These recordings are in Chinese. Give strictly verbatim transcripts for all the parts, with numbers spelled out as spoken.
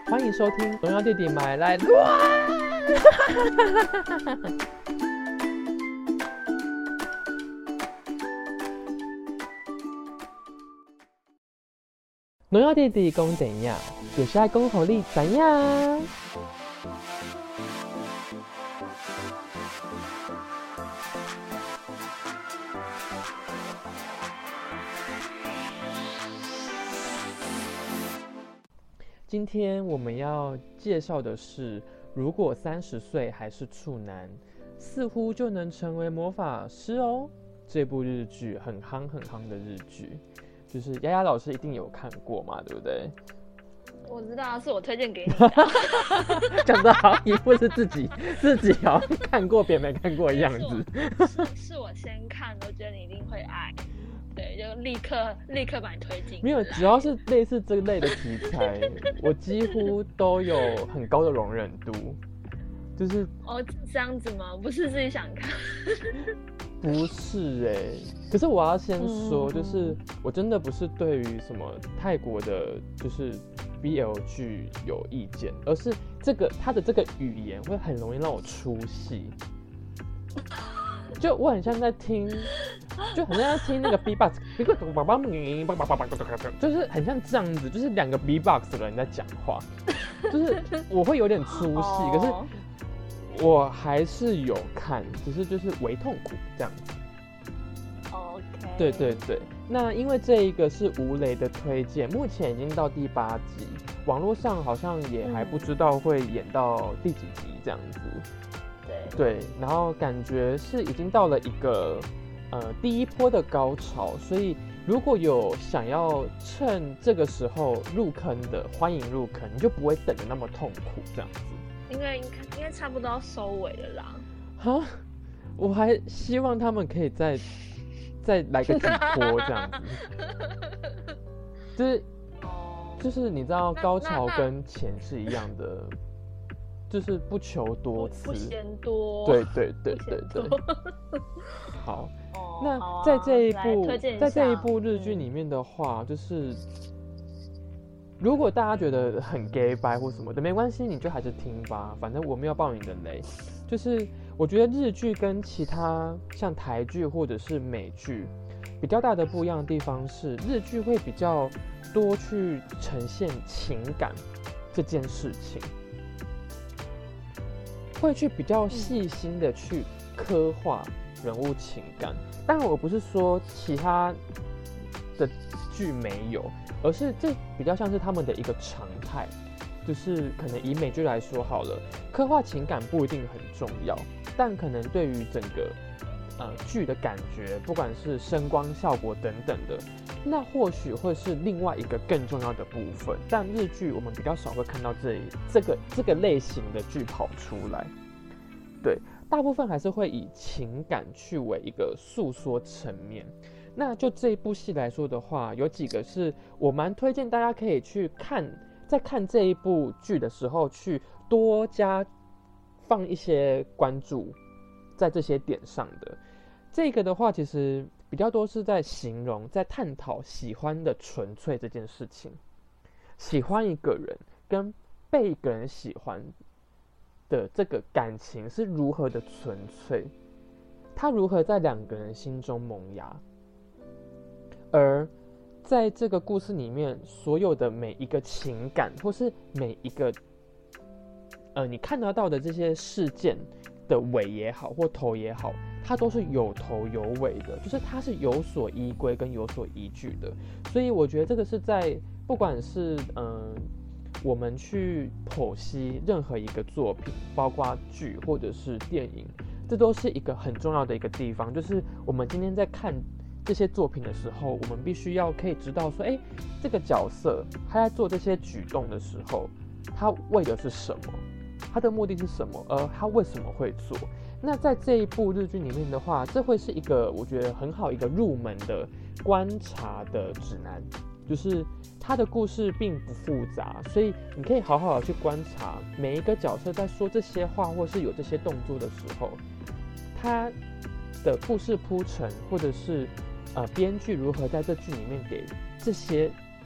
欢迎收听《荣耀弟弟买来乱》。荣耀弟弟讲怎样，就是要讲给你知影。今天我们要介绍的是，如果三十岁还是处男，似乎就能成为魔法师哦。这部日剧很夯很夯的日剧，就是丫丫老师一定有看过嘛，对不对？ 我知道，是我推荐给你的。 讲得好像一副是自己自己好像看过别人没看过的样子。 是, 是, 是我先看，我觉得你一定会爱。对，就立刻立刻把你推进。 没有，只要是类似这类的题材，我几乎都有很高的容忍度。就是哦，这样子吗？不是自己想看。 不是哎、欸，可是我要先说，就是我真的不是对于什么泰国的，就是 B L 剧有意见，而是这个他的这个语言会很容易让我出戏。就我很像在听，就很像在听那个 B-box， 就是很像这样子，就是两个 B-box 的人在讲话，就是我会有点出戏， oh. 可是我还是有看，只是就是微痛苦这样子。 OK。 对对对，那因为这一个是吴雷的推荐，目前已经到第八集，网络上好像也还不知道会演到第几集这样子。对，然后感觉是已经到了一个呃第一波的高潮，所以如果有想要趁这个时候入坑的，欢迎入坑，你就不会等得那么痛苦这样子。 因为应该差不多要收尾了啦。 哈，我还希望他们可以再再来个几波这样子，就是就是你知道高潮跟钱是一样的。就是不求多次， 不嫌多。 对对对对对。好，哦、那在这一部、啊、在这一部日剧里面的话，嗯、就是如果大家觉得很 gay 掰或什么的，没关系，你就还是听吧，反正我没有爆你的雷。就是我觉得日剧跟其他像台剧或者是美剧比较大的不一样的地方是，日剧会比较多去呈现情感这件事情。会去比较细心的去刻画人物情感，当然我不是说其他的剧没有，而是这比较像是他们的一个常态，就是可能以美剧来说好了，刻画情感不一定很重要，但可能对于整个呃剧的感觉，不管是声光效果等等的，那或许会是另外一个更重要的部分，但日剧我们比较少会看到这一这个这个类型的剧跑出来，对，大部分还是会以情感去为一个诉说层面。那就这一部戏来说的话，有几个是我蛮推荐大家可以去看，在看这一部剧的时候去多加放一些关注在这些点上的。这个的话，其实比较多是在形容，在探讨喜欢的纯粹这件事情。喜欢一个人跟被一个人喜欢的这个感情是如何的纯粹，它如何在两个人心中萌芽。而在这个故事里面，所有的每一个情感，或是每一个呃你看得到的这些事件的尾也好，或头也好，它都是有头有尾的，就是它是有所依归跟有所依据的。所以我觉得这个是在不管是嗯、呃、我们去剖析任何一个作品，包括剧或者是电影，这都是一个很重要的一个地方，就是我们今天在看这些作品的时候，我们必须要可以知道说，哎，这个角色他在做这些举动的时候，他为的是什么？他的目的是什么？而他为什么会做？那在这一部日剧里面的话，这会是一个我觉得很好一个入门的观察的指南，就是他的故事并不复杂，所以你可以好好的去观察每一个角色在说这些话或是有这些动作的时候，他的故事铺陈或者是呃编剧如何在这剧里面给这些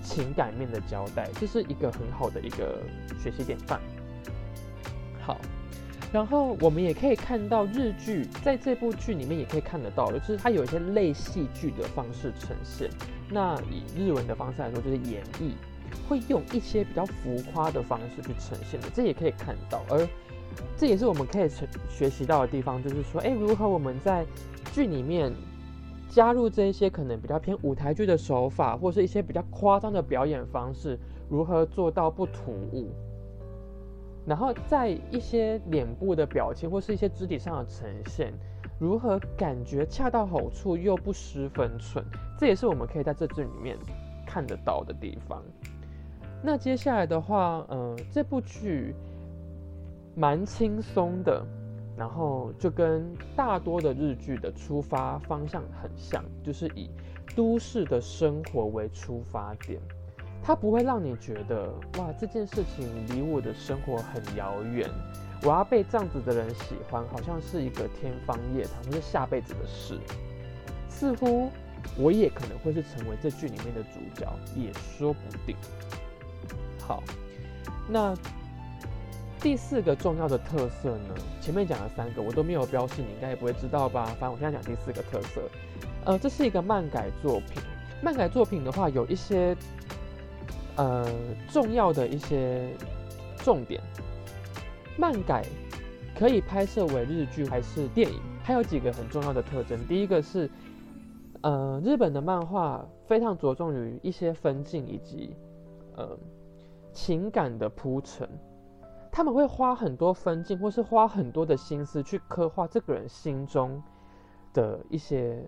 情感面的交代，这是一个很好的一个学习典范。好，然后我们也可以看到日剧在这部剧里面也可以看得到的，就是它有一些类戏剧的方式呈现。那以日文的方式来说，就是演绎，会用一些比较浮夸的方式去呈现的，这也可以看到。而这也是我们可以学习到的地方，就是说，哎，如何我们在剧里面加入这一些可能比较偏舞台剧的手法，或是一些比较夸张的表演方式，如何做到不突兀。然后在一些脸部的表情或是一些肢体上的呈现，如何感觉恰到好处又不失分寸，这也是我们可以在这剧里面看得到的地方。那接下来的话，呃，这部剧蛮轻松的，然后就跟大多的日剧的出发方向很像，就是以都市的生活为出发点。它不会让你觉得哇，这件事情离我的生活很遥远，我要被这样子的人喜欢，好像是一个天方夜谭或是下辈子的事。似乎我也可能会是成为这剧里面的主角，也说不定。好，那第四个重要的特色呢？前面讲了三个，我都没有标示，你应该也不会知道吧？反正我现在讲第四个特色，呃，这是一个漫改作品。漫改作品的话，有一些呃重要的一些重点。漫改可以拍摄为日剧还是电影，还有几个很重要的特征。第一个是，呃，日本的漫画非常着重于一些分镜以及呃情感的铺陈。他们会花很多分镜，或是花很多的心思去刻画这个人心中的一些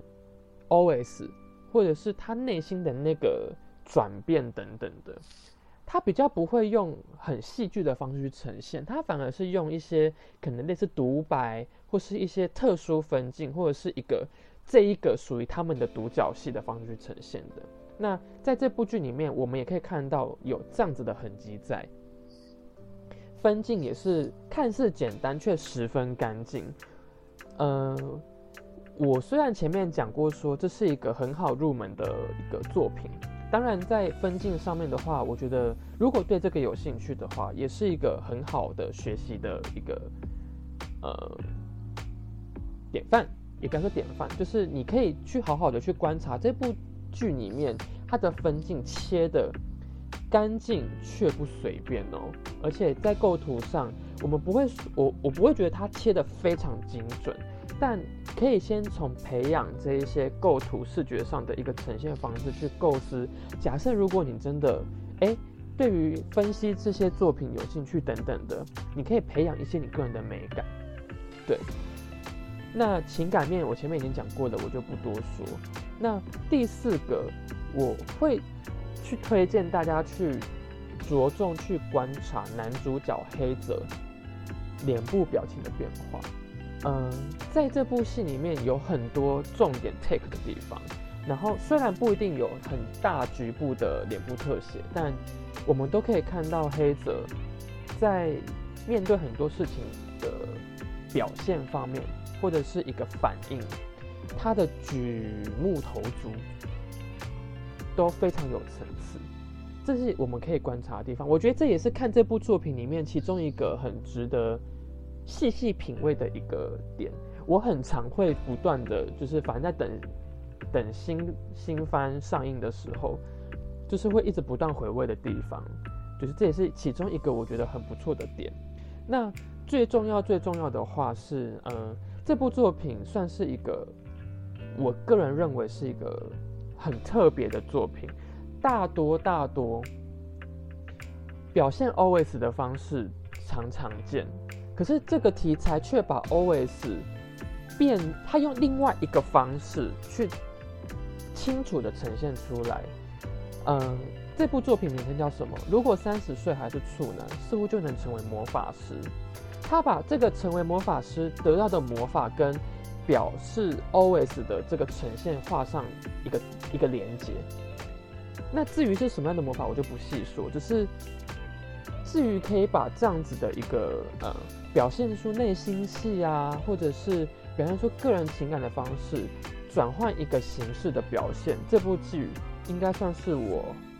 O S， 或者是他内心的那个转变等等的。他比较不会用很戏剧的方式去呈现，他反而是用一些可能类似独白，或是一些特殊分镜，或者是一个这一个属于他们的独角戏的方式去呈现的。那在这部剧里面，我们也可以看到有这样子的痕迹在。分镜也是看似简单，却十分干净。呃，我虽然前面讲过说这是一个很好入门的一个作品，当然在分镜上面的话，我觉得如果对这个有兴趣的话，也是一个很好的学习的一个呃典范，也该说典范，就是你可以去好好的去观察这部剧里面它的分镜切的干净却不随便哦，而且在构图上，我们不会，我我不会觉得它切得非常精准，但可以先从培养这一些构图视觉上的一个呈现方式去构思。假设如果你真的哎对于分析这些作品有兴趣等等的，你可以培养一些你个人的美感。对，那情感面我前面已经讲过了，我就不多说。那第四个，我会去推荐大家去着重去观察男主角黑泽脸部表情的变化。嗯，在这部戏里面有很多重点 take 的地方，然后虽然不一定有很大局部的脸部特写，但我们都可以看到黑泽在面对很多事情的表现方面，或者是一个反应，他的举目投足都非常有层次，这是我们可以观察的地方。我觉得这也是看这部作品里面其中一个很值得细细品味的一个点。我很常会不断的，就是反正在等等新新番上映的时候，就是会一直不断回味的地方，就是这也是其中一个我觉得很不错的点。那最重要最重要的话是，嗯，这部作品算是一个，我个人认为是一个很特别的作品。大多大多表现 O S 的方式常常见，可是这个题材却把 O S 变，他用另外一个方式去清楚的呈现出来。嗯，这部作品名称叫什么？如果三十岁还是处男，似乎就能成为魔法师。他把这个成为魔法师得到的魔法跟表示 O S 的这个呈现画上一个一个连结。那至于是什么样的魔法，我就不细说。只是至于可以把这样子的一个呃表现出内心戏啊，或者是表现出个人情感的方式，转换一个形式的表现，这部剧应该算是我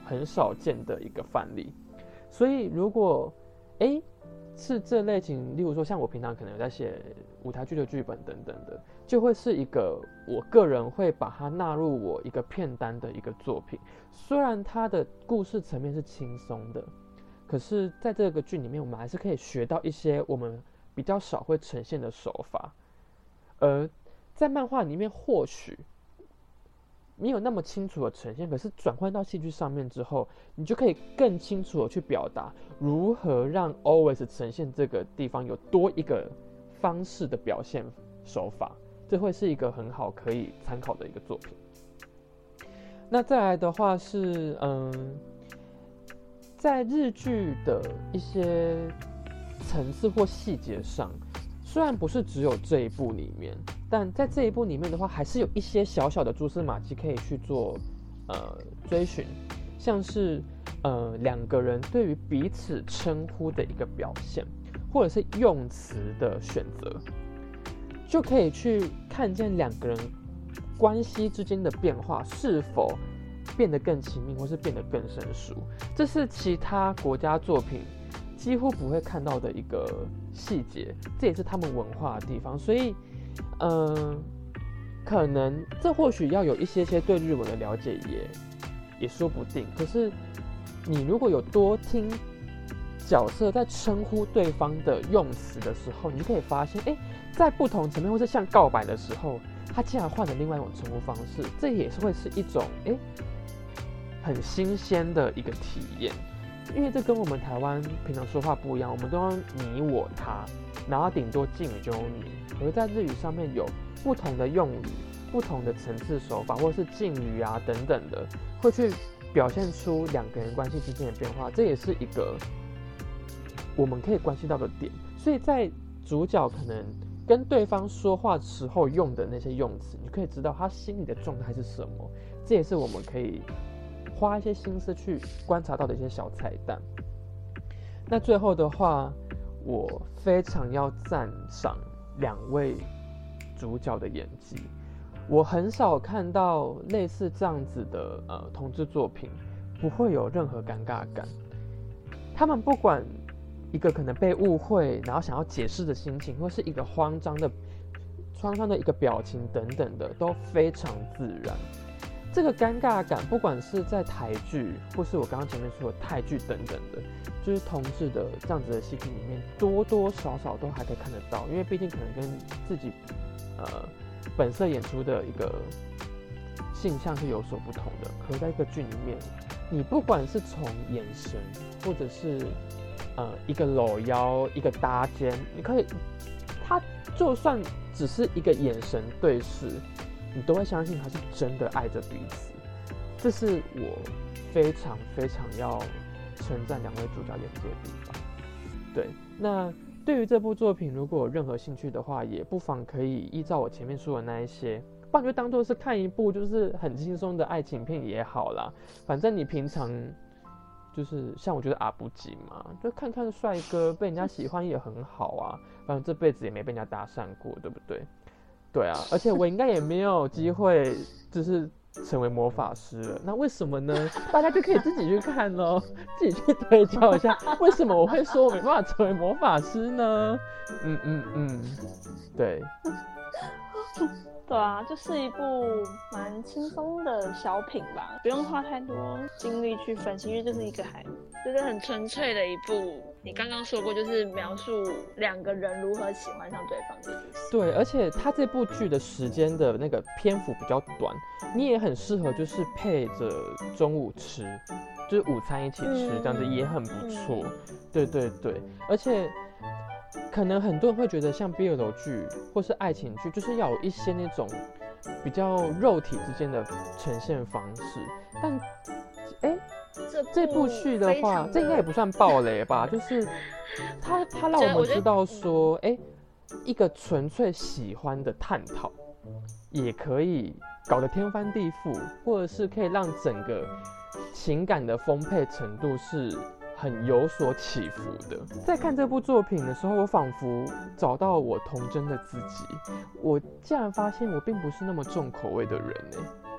很少见的一个范例。所以如果哎是这类型，例如说像我平常可能有在写舞台剧的剧本等等的，就会是一个我个人会把它纳入我一个片单的一个作品。虽然它的故事层面是轻松的，可是在这个剧里面，我们还是可以学到一些我们比较少会呈现的手法。而在漫画里面，或许没有那么清楚的呈现，可是转换到戏剧上面之后，你就可以更清楚的去表达如何让 always 呈现这个地方有多一个方式的表现手法，这会是一个很好可以参考的一个作品。那再来的话是，嗯，在日剧的一些层次或细节上，虽然不是只有这一部里面，但在这一部里面的话，还是有一些小小的蛛丝马迹可以去做呃追寻，像是呃两个人对于彼此称呼的一个表现，或者是用词的选择，就可以去看见两个人关系之间的变化是否变得更亲密，或是变得更生疏。这是其他国家作品几乎不会看到的一个细节，这也是他们文化的地方。所以，嗯、呃，可能这或许要有一些些对日文的了解也也说不定。可是，你如果有多听角色在称呼对方的用词的时候，你就可以发现，哎，在不同层面，或是像告白的时候，他竟然换了另外一种称呼方式，这也是会是一种哎很新鲜的一个体验。因为这跟我们台湾平常说话不一样，我们都用你我他，然后顶多敬语就用你。而在日语上面有不同的用语、不同的层次手法，或者是敬语啊等等的，会去表现出两个人关系之间的变化，这也是一个我们可以关系到的点。所以在主角可能跟对方说话时候用的那些用词，你可以知道他心里的状态是什么，这也是我们可以花一些心思去观察到的一些小彩蛋。那最后的话，我非常要赞赏两位主角的演技。我很少看到类似这样子的呃同志作品不会有任何尴尬感。他们不管一个可能被误会，然后想要解释的心情，或是一个慌张的慌张的一个表情等等的，都非常自然。这个尴尬感，不管是在台剧，或是我刚刚前面说的泰剧等等的，就是同志的这样子的戏剧里面，多多少少都还可以看得到。因为毕竟可能跟自己呃本色演出的一个性向是有所不同的。可是在一个剧里面，你不管是从眼神，或者是呃一个搂腰、一个搭肩，你可以，他就算只是一个眼神对视，你都会相信他是真的爱着彼此。这是我非常非常要称赞两位主角演技的地方。对，那对于这部作品，如果有任何兴趣的话，也不妨可以依照我前面说的那一些，不然就当做是看一部就是很轻松的爱情片也好啦。反正你平常就是像我觉得阿布吉嘛，就看看帅哥被人家喜欢也很好啊。反正这辈子也没被人家搭讪过，对不对？对啊，而且我应该也没有机会就是成为魔法师了。那为什么呢？大家就可以自己去看咯，自己去推敲一下，为什么我会说我没办法成为魔法师呢？嗯嗯嗯，对。 对啊，就是一部蛮轻松的小品吧，不用花太多精力去分析，因为就是一个还就是很纯粹的一部。你刚刚说过，就是描述两个人如何喜欢上对方的故事。 对，而且它这部剧的时间的那个篇幅比较短，你也很适合就是配着中午吃，就是午餐一起吃，嗯、这样子也很不错。嗯、对对对，而且可能很多人会觉得像 B L 剧或是爱情剧，就是要有一些那种比较肉体之间的呈现方式，但哎。 这, 这部剧的话，这应该也不算暴雷吧？就是他他让我们知道说，哎，一个纯粹喜欢的探讨，也可以搞得天翻地覆，或者是可以让整个情感的丰沛程度是很有所起伏的。在看这部作品的时候，我仿佛找到我童真的自己。我竟然发现我并不是那么重口味的人呢。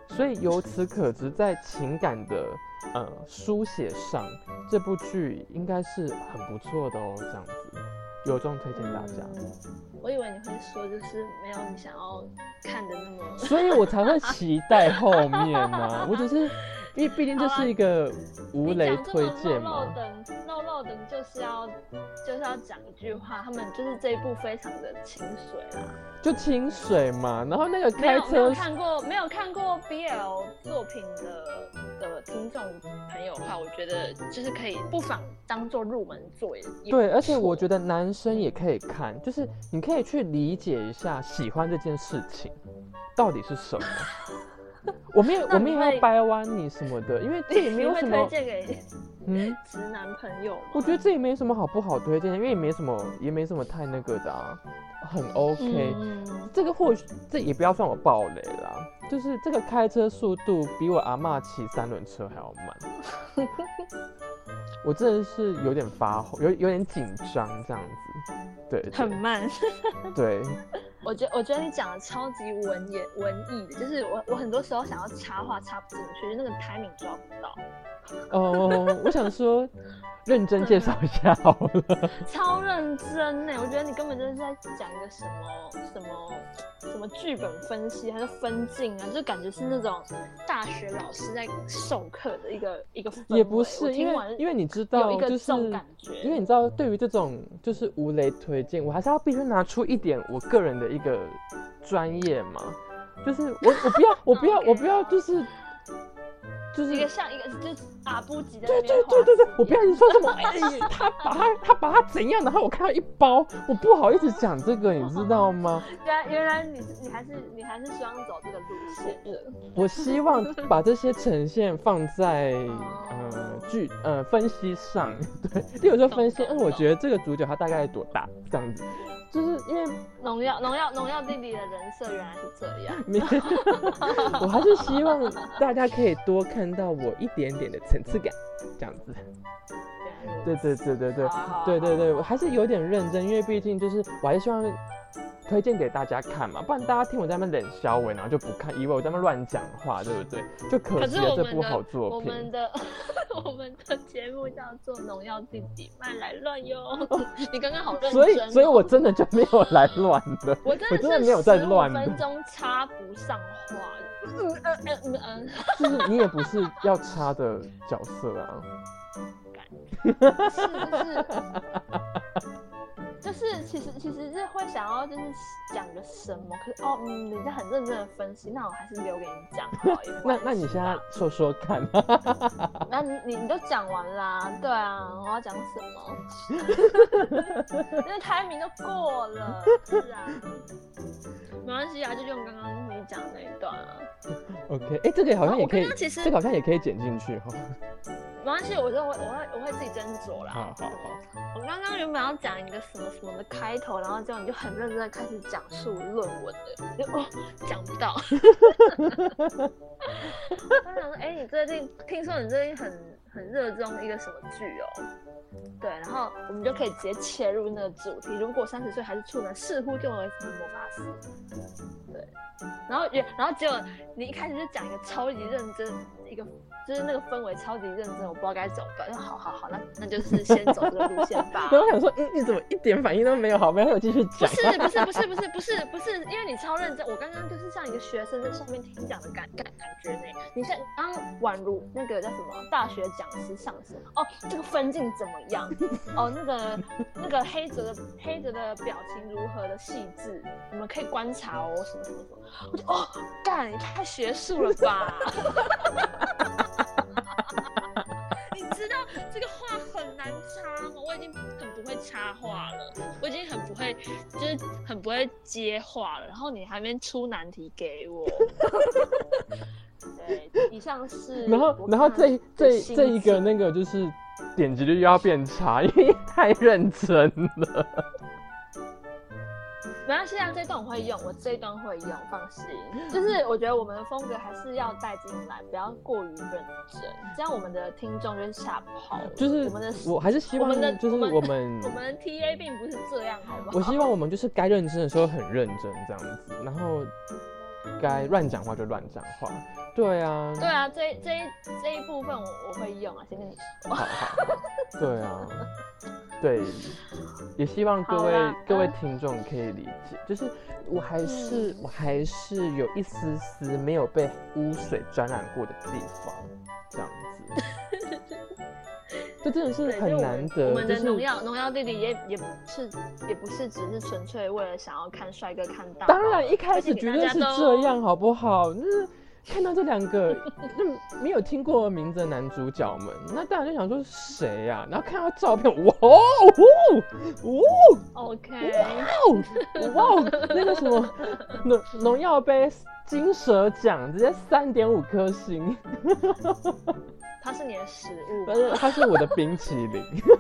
所以由此可知，在情感的呃书写上，这部剧应该是很不错的哦。这样子，由衷推荐大家。 我以为你会说，就是没有你想要看的那么， 所以我才会期待后面呢、啊。我只是，因为毕竟这是一个无雷推荐嘛。 漏等漏漏等就是要就是要讲一句话，他们就是这一部非常的清水啦， 就清水嘛。然后那个开车没有没有看过没有看过 B L 作品的的听众朋友的话，我觉得就是可以不妨当做入门作业。 对，而且我觉得男生也可以看，就是你可以去理解一下喜欢这件事情到底是什么。我没有我没有要掰弯你什么的，因为这也没有什么。 你会推荐给嗯直男朋友吗？ 我觉得这也没什么好不好推荐的，因为也没什么也没什么太那个的啊，很 OK。嗯、这个或许这也不要算我爆雷啦，就是这个开车速度比我阿嬷骑三轮车还要慢。我真的是有点发火，有有点紧张这样子，对，对很慢， 对。 我觉我觉得你讲的超级文言文艺的，就是我我很多时候想要插话插不进去，那个 timing 抓不到。 哦，我想说，认真介绍一下好了。 超认真呢，我觉得你根本就是在讲一个什么什么什么剧本分析还是分镜啊，就感觉是那种大学老师在授课的一个一个氛围。 也不是，因为因为你知道， 有一个这种感觉， 因为你知道，对于这种就是无雷推荐，我还是要必须拿出一点我个人的一个专业嘛，就是我我不要我不要我不要就是。就是一个像一个就是阿布吉的， 对对对对对，我不要你说什么，哎，他把他他把他怎样，然后我看到一包，我不好意思讲这个，你知道吗？ 原来原来你你还是你还是希望走这个路线的。 我希望把这些呈现放在呃剧呃分析上，对，例如说分析，嗯，我觉得这个主角他大概多大这样子。就是因为农药农药农药弟弟的人设原来是这样， 我还是希望大家可以多看到我一点点的层次感，这样子。对对对对对对对对，我还是有点认真，因为毕竟就是我还是希望推荐给大家看嘛，不然大家听我在那边冷笑话，然后就不看，以为我在那边乱讲话，对不对？就可惜了这部好作品。 我们的我们的节目叫做《农药弟弟慢来乱》哟。你刚刚好认真、哦， 所以所以我真的就没有来乱的， 我真的, 我真的没有在乱的。 十五分钟插不上话，嗯嗯嗯嗯， 就是你也不是要插的角色啊。 是就是就是，其实其实是会想要就是讲个什么，可是哦，嗯，你在很认真的分析，那我还是留给你讲好。 那那你现在说说看。 那你你你都讲完啦，对啊，我要讲什么？那台名都过了，是啊，没关系啊，就用刚刚你讲的那一段啊。 OK， 哎、欸，这个好像也可以， 刚刚其实这个好像也可以剪进去哈。 没关系，我觉得我我会我会自己斟酌啦。 好好好。 我刚刚原本要讲一个什么什么的开头，然后这样你就很认真的开始讲述论文的，就哦讲不到。我想说，哎、欸，你最近听说你最近很很热衷一个什么剧哦？对，然后我们就可以直接切入那个主题。如果三十岁还是处男，似乎就会成为魔法师。对，然后也然后结果你一开始就讲一个超级认真，一个就是那个氛围超级认真，我不知道该怎么办。好好好，那那就是先走这个路线吧。 然后我想说，嗯，你怎么一点反应都没有？好，没有继续讲。 不是不是不是不是不是不是，因为你超认真。我刚刚就是像一个学生在上面听讲的感感感觉呢。你像刚宛如那个叫什么大学讲师上身哦，这个分镜怎么样？哦，那个那个黑泽的黑泽的表情如何的细致，你们可以观察哦，什么什么什么。我就哦，干，你太学术了吧！你知道这个话很难插吗？我已经很不会插话了，我已经很不会，就是很不会接话了。然后你还没出难题给我。对，以上是。 然后，然后这这这一个那个就是点击率又要变差，因为太认真了。 没关系啊，这一段我会用，我这一段会用，放心。就是我觉得我们的风格还是要带进来，不要过于认真，这样我们的听众就是吓跑。 就是我们的， 我还是希望，就是我们我们 T A 并不是这样，好不好？ 我希望我们就是该认真的时候很认真这样子，然后该乱讲话就乱讲话。对啊， 对啊，这这一这一部分我我会用啊，先跟你说。 好好好，对啊，对，也希望各位各位听众可以理解，就是我还是、嗯、我还是有一丝丝没有被污水沾染过的地方，这样子。这真的是很难得。 我们的农药农药弟弟也也不是也不是只是纯粹为了想要看帅哥看到。 当然一开始绝对是这样，好不好？就是看到这两个没有听过名字的男主角们，那当然就想说谁呀、啊？然后看到照片，哇哦哦 ，OK， 哇哦，那个什么农农药杯金蛇奖直接三点五颗星。 它是你的食物， 但是它是我的冰淇淋。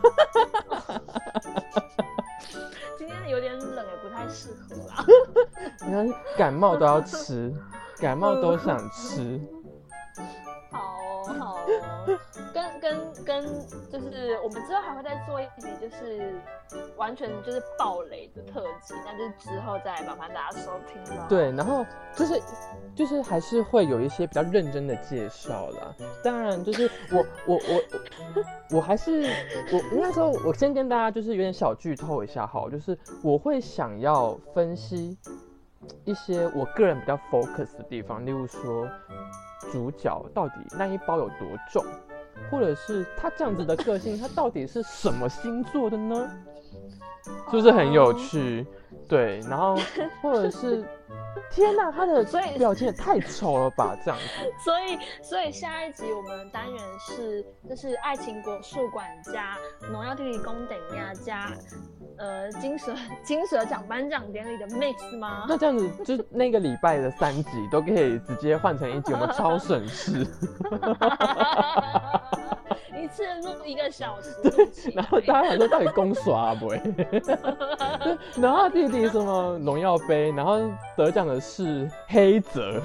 今天有点冷，也不太适合啦。 你看感冒都要吃，感冒都想吃。 好哦，好哦，跟跟跟，就是我们之后还会再做一集，就是完全就是爆雷的特辑，那就是之后再麻烦大家收听了。 对，然后就是就是还是会有一些比较认真的介绍啦。当然，就是我我我我我还是我应该说，我先跟大家就是有点小剧透一下哈，就是我会想要分析一些我个人比较 focus 的地方，例如说主角到底那一包有多重，或者是他这样子的个性，他到底是什么星座的呢？是不是很有趣？对，然后或者是天哪，他的表情也太丑了吧，这样子。 所以，所以下一集我们的单元是，就是爱情果树馆加农药弟弟公等亚加呃金蛇金蛇奖颁奖典礼的 mix 吗？ 那这样子，就那个礼拜的三集都可以直接换成一集，我们超省事。 一次录一个小时， 然后大家想说到底公耍不？然后弟弟什么农药杯，然后得奖的是黑泽，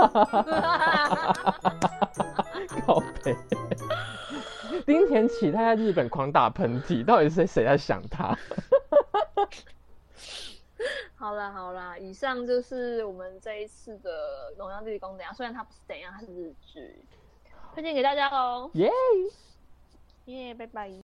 靠北。丁田启他在日本狂打喷嚏，到底是谁在想他？ 好啦好啦，以上就是我们这一次的农药弟弟公怎样，虽然它不是怎样，它是日剧，推荐给大家喽。 耶！ 耶，拜拜。